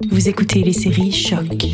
Vous écoutez les séries Choc.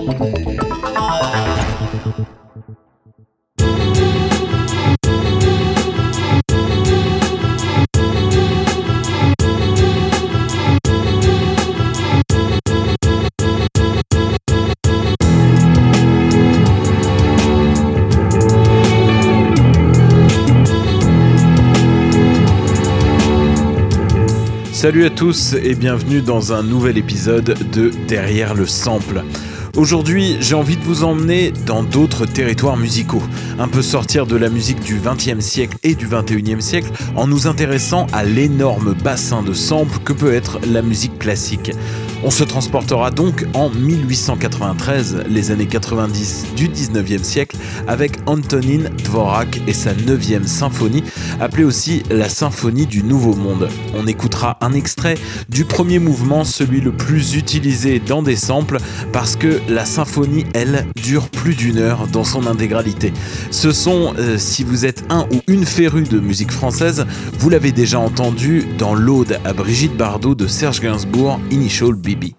Salut à tous et bienvenue dans un nouvel épisode de Derrière le Sample. Aujourd'hui, j'ai envie de vous emmener dans d'autres territoires musicaux, un peu sortir de la musique du XXe siècle et du XXIe siècle en nous intéressant à l'énorme bassin de samples que peut être la musique classique. On se transportera donc en 1893, les années 90 du 19e siècle, avec Antonín Dvořák et sa 9e symphonie, appelée aussi la Symphonie du Nouveau Monde. On écoutera un extrait du premier mouvement, celui le plus utilisé dans des samples, parce que la symphonie, elle, dure plus d'1 heure dans son intégralité. Ce son, si vous êtes un ou une férue de musique française, vous l'avez déjà entendu dans l'Aude à Brigitte Bardot de Serge Gainsbourg, Initial B.B.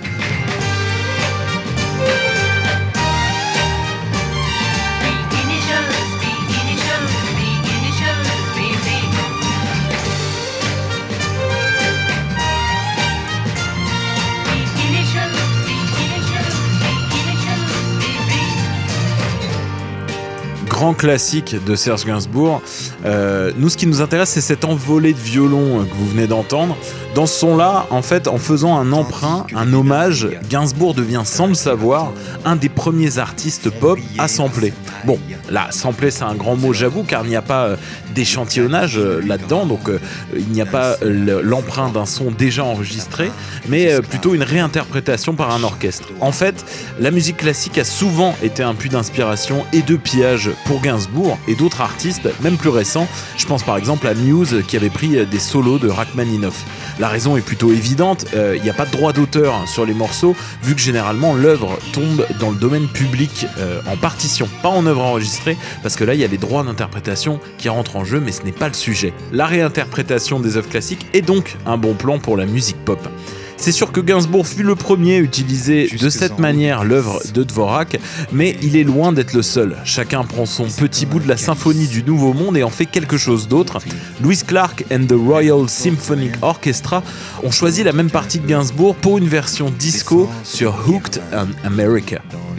Grand classique de Serge Gainsbourg. Nous, ce qui nous intéresse, c'est cette envolée de violon que vous venez d'entendre. Dans ce son-là, en fait, en faisant un emprunt, un hommage, Gainsbourg devient, sans le savoir, un des premiers artistes pop à sampler. Bon, là, sampler, c'est un grand mot, j'avoue, car il n'y a pas d'échantillonnage là-dedans, donc il n'y a pas l'emprunt d'un son déjà enregistré, mais plutôt une réinterprétation par un orchestre. En fait, la musique classique a souvent été un puits d'inspiration et de pillage pour Gainsbourg et d'autres artistes, même plus récents. Je pense par exemple à Muse qui avait pris des solos de Rachmaninoff. La raison est plutôt évidente, il n'y a pas de droit d'auteur sur les morceaux, vu que généralement l'œuvre tombe dans le domaine public en partition, pas en œuvre enregistrée, parce que là il y a les droits d'interprétation qui rentrent en jeu, mais ce n'est pas le sujet. La réinterprétation des œuvres classiques est donc un bon plan pour la musique pop. C'est sûr que Gainsbourg fut le premier à utiliser de cette manière l'œuvre de Dvořák, mais il est loin d'être le seul. Chacun prend son petit bout de la symphonie du Nouveau Monde et en fait quelque chose d'autre. Louis Clark and the Royal Symphonic Orchestra ont choisi la même partie de Gainsbourg pour une version disco sur Hooked on America.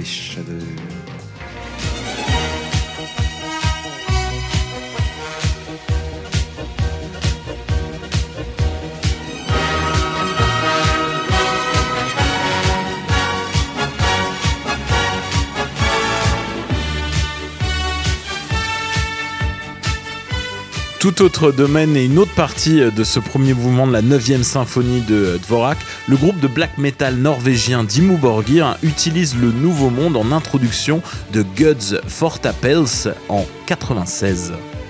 Tout autre domaine et une autre partie de ce premier mouvement de la 9e symphonie de Dvořák, le groupe de black metal norvégien Dimmu Borgir utilise le Nouveau Monde en introduction de Guds Fortapels en 96.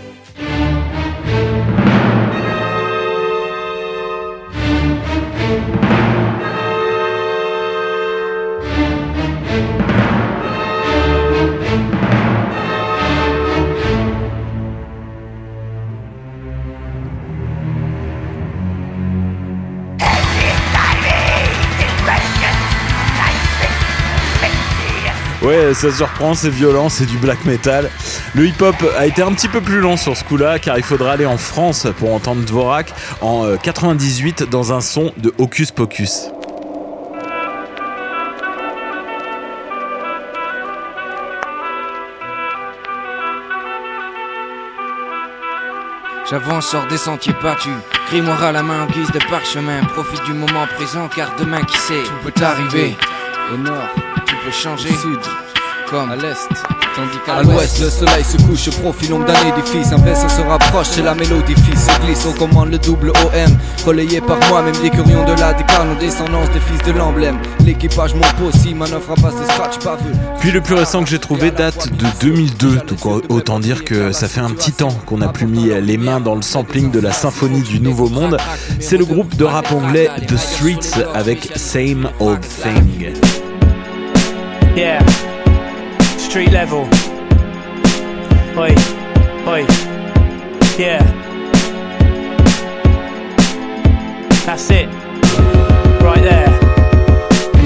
Ouais, ça surprend, c'est violent, c'est du black metal. Le hip-hop a été un petit peu plus long sur ce coup-là, car il faudra aller en France pour entendre Dvořák en 98 dans un son de Hocus Pocus. J'avance sur des sentiers battus, grimoire à la main en guise de parchemin. Profite du moment présent car demain qui sait, tout peut arriver. Au nord, tu peux changer. Au sud, comme à l'est, tandis qu'à l'ouest le soleil se couche, profil longue d'un édifice. Un vaisseau se rapproche, c'est la mélodie fils se glisse. On commande le double OM, relayé par moi. Même des curions de la décale, en descendance des fils de l'emblème. L'équipage mon aussi, manœuvre à base de scratch pas vu. Puis le plus récent que j'ai trouvé date de 2002, donc autant dire que ça fait un petit temps qu'on n'a plus mis les mains dans le sampling de la symphonie du Nouveau Monde. C'est le groupe de rap anglais The Streets avec Same Old Thing. Yeah, street level. Oi, oi, yeah. That's it, right there.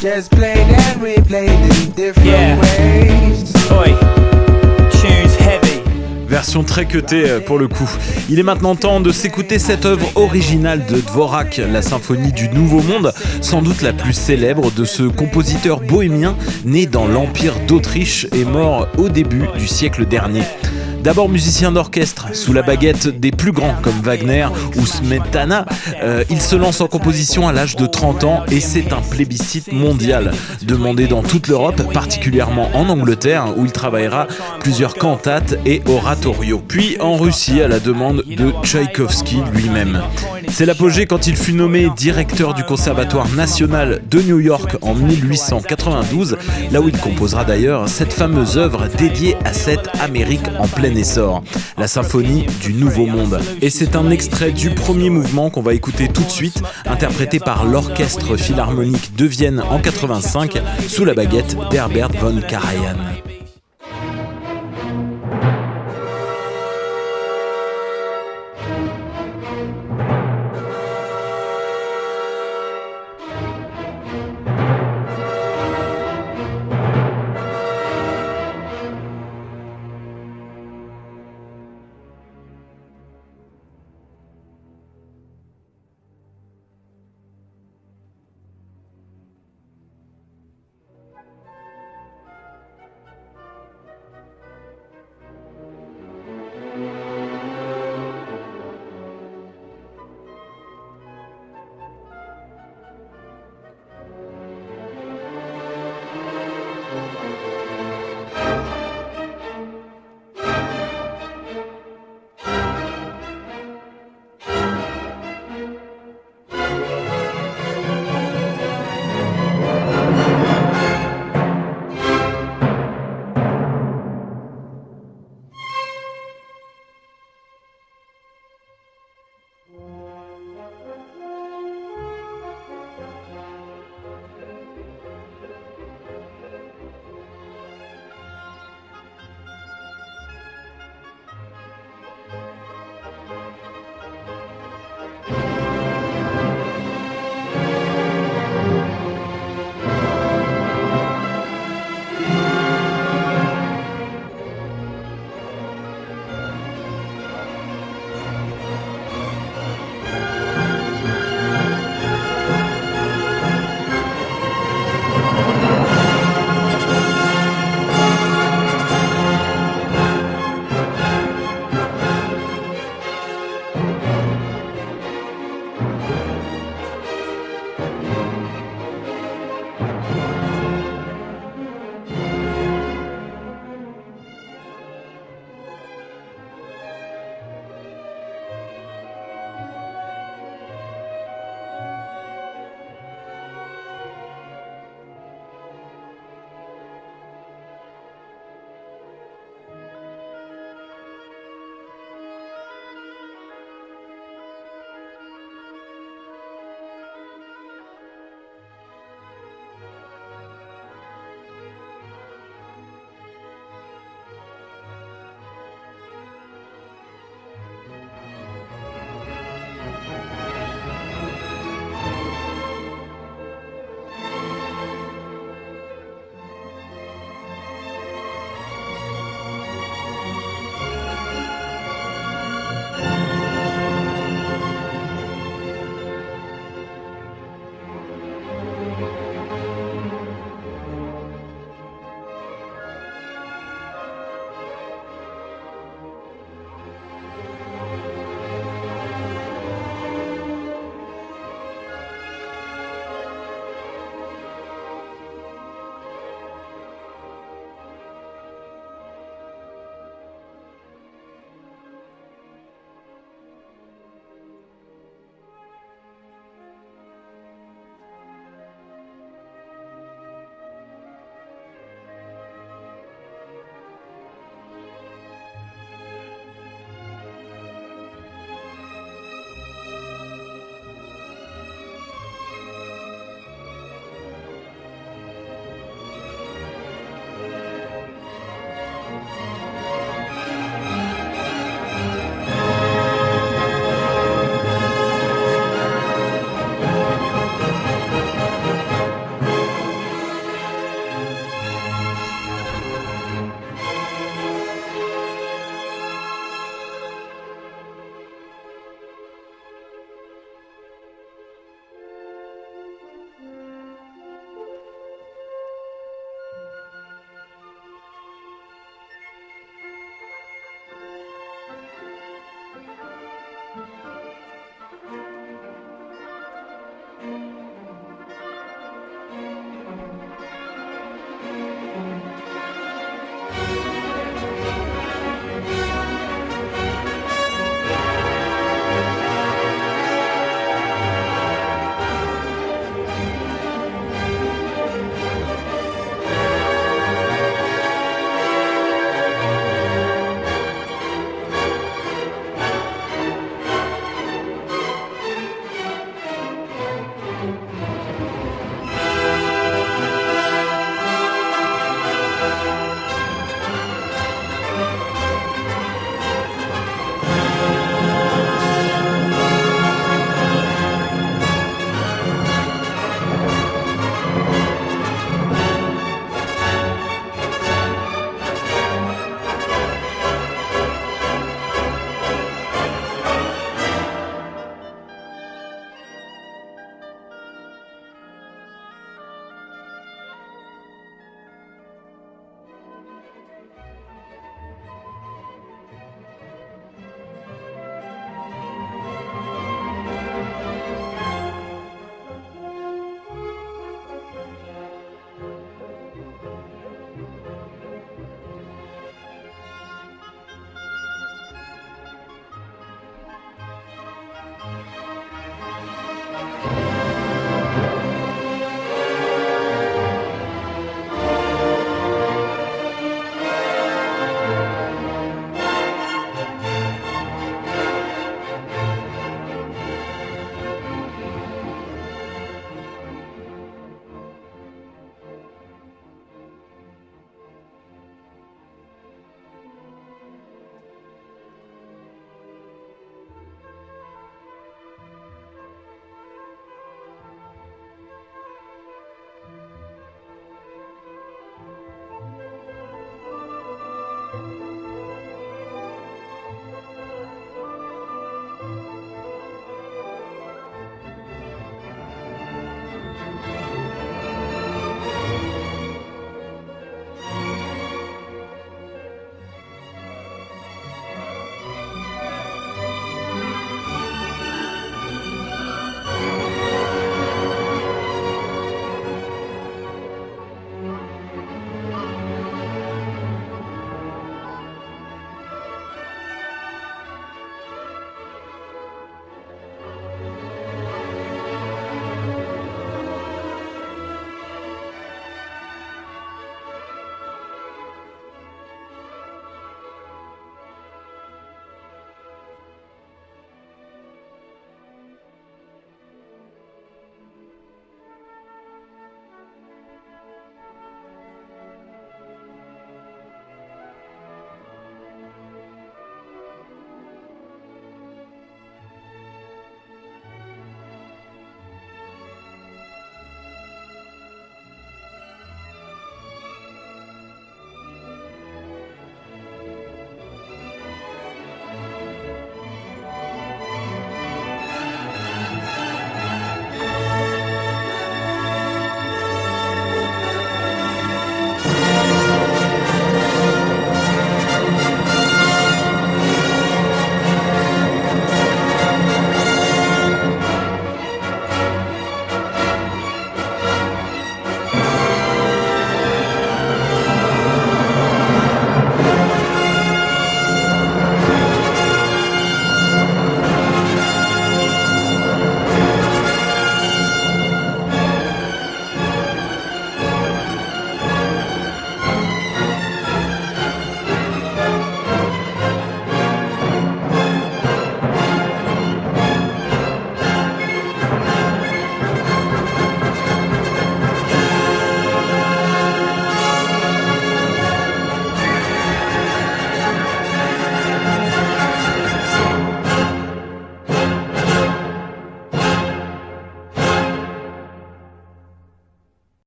just played and replayed in different Yeah. ways. Oi, tunes heavy. Version très cutée pour le coup. Il est maintenant temps de s'écouter cette œuvre originale de Dvorak, la symphonie du Nouveau Monde, sans doute la plus célèbre de ce compositeur bohémien né dans l'Empire d'Autriche et mort au début du siècle dernier. D'abord musicien d'orchestre, sous la baguette des plus grands comme Wagner ou Smetana, il se lance en composition à l'âge de 30 ans et c'est un plébiscite mondial, demandé dans toute l'Europe, particulièrement en Angleterre où il travaillera plusieurs cantates et oratorios. Puis en Russie à la demande de Tchaïkovski lui-même. C'est l'apogée quand il fut nommé directeur du Conservatoire national de New York en 1892, là où il composera d'ailleurs cette fameuse œuvre dédiée à cette Amérique en plein essor, la symphonie du Nouveau Monde. Et c'est un extrait du premier mouvement qu'on va écouter tout de suite, interprété par l'Orchestre Philharmonique de Vienne en 85, sous la baguette d'Herbert von Karajan.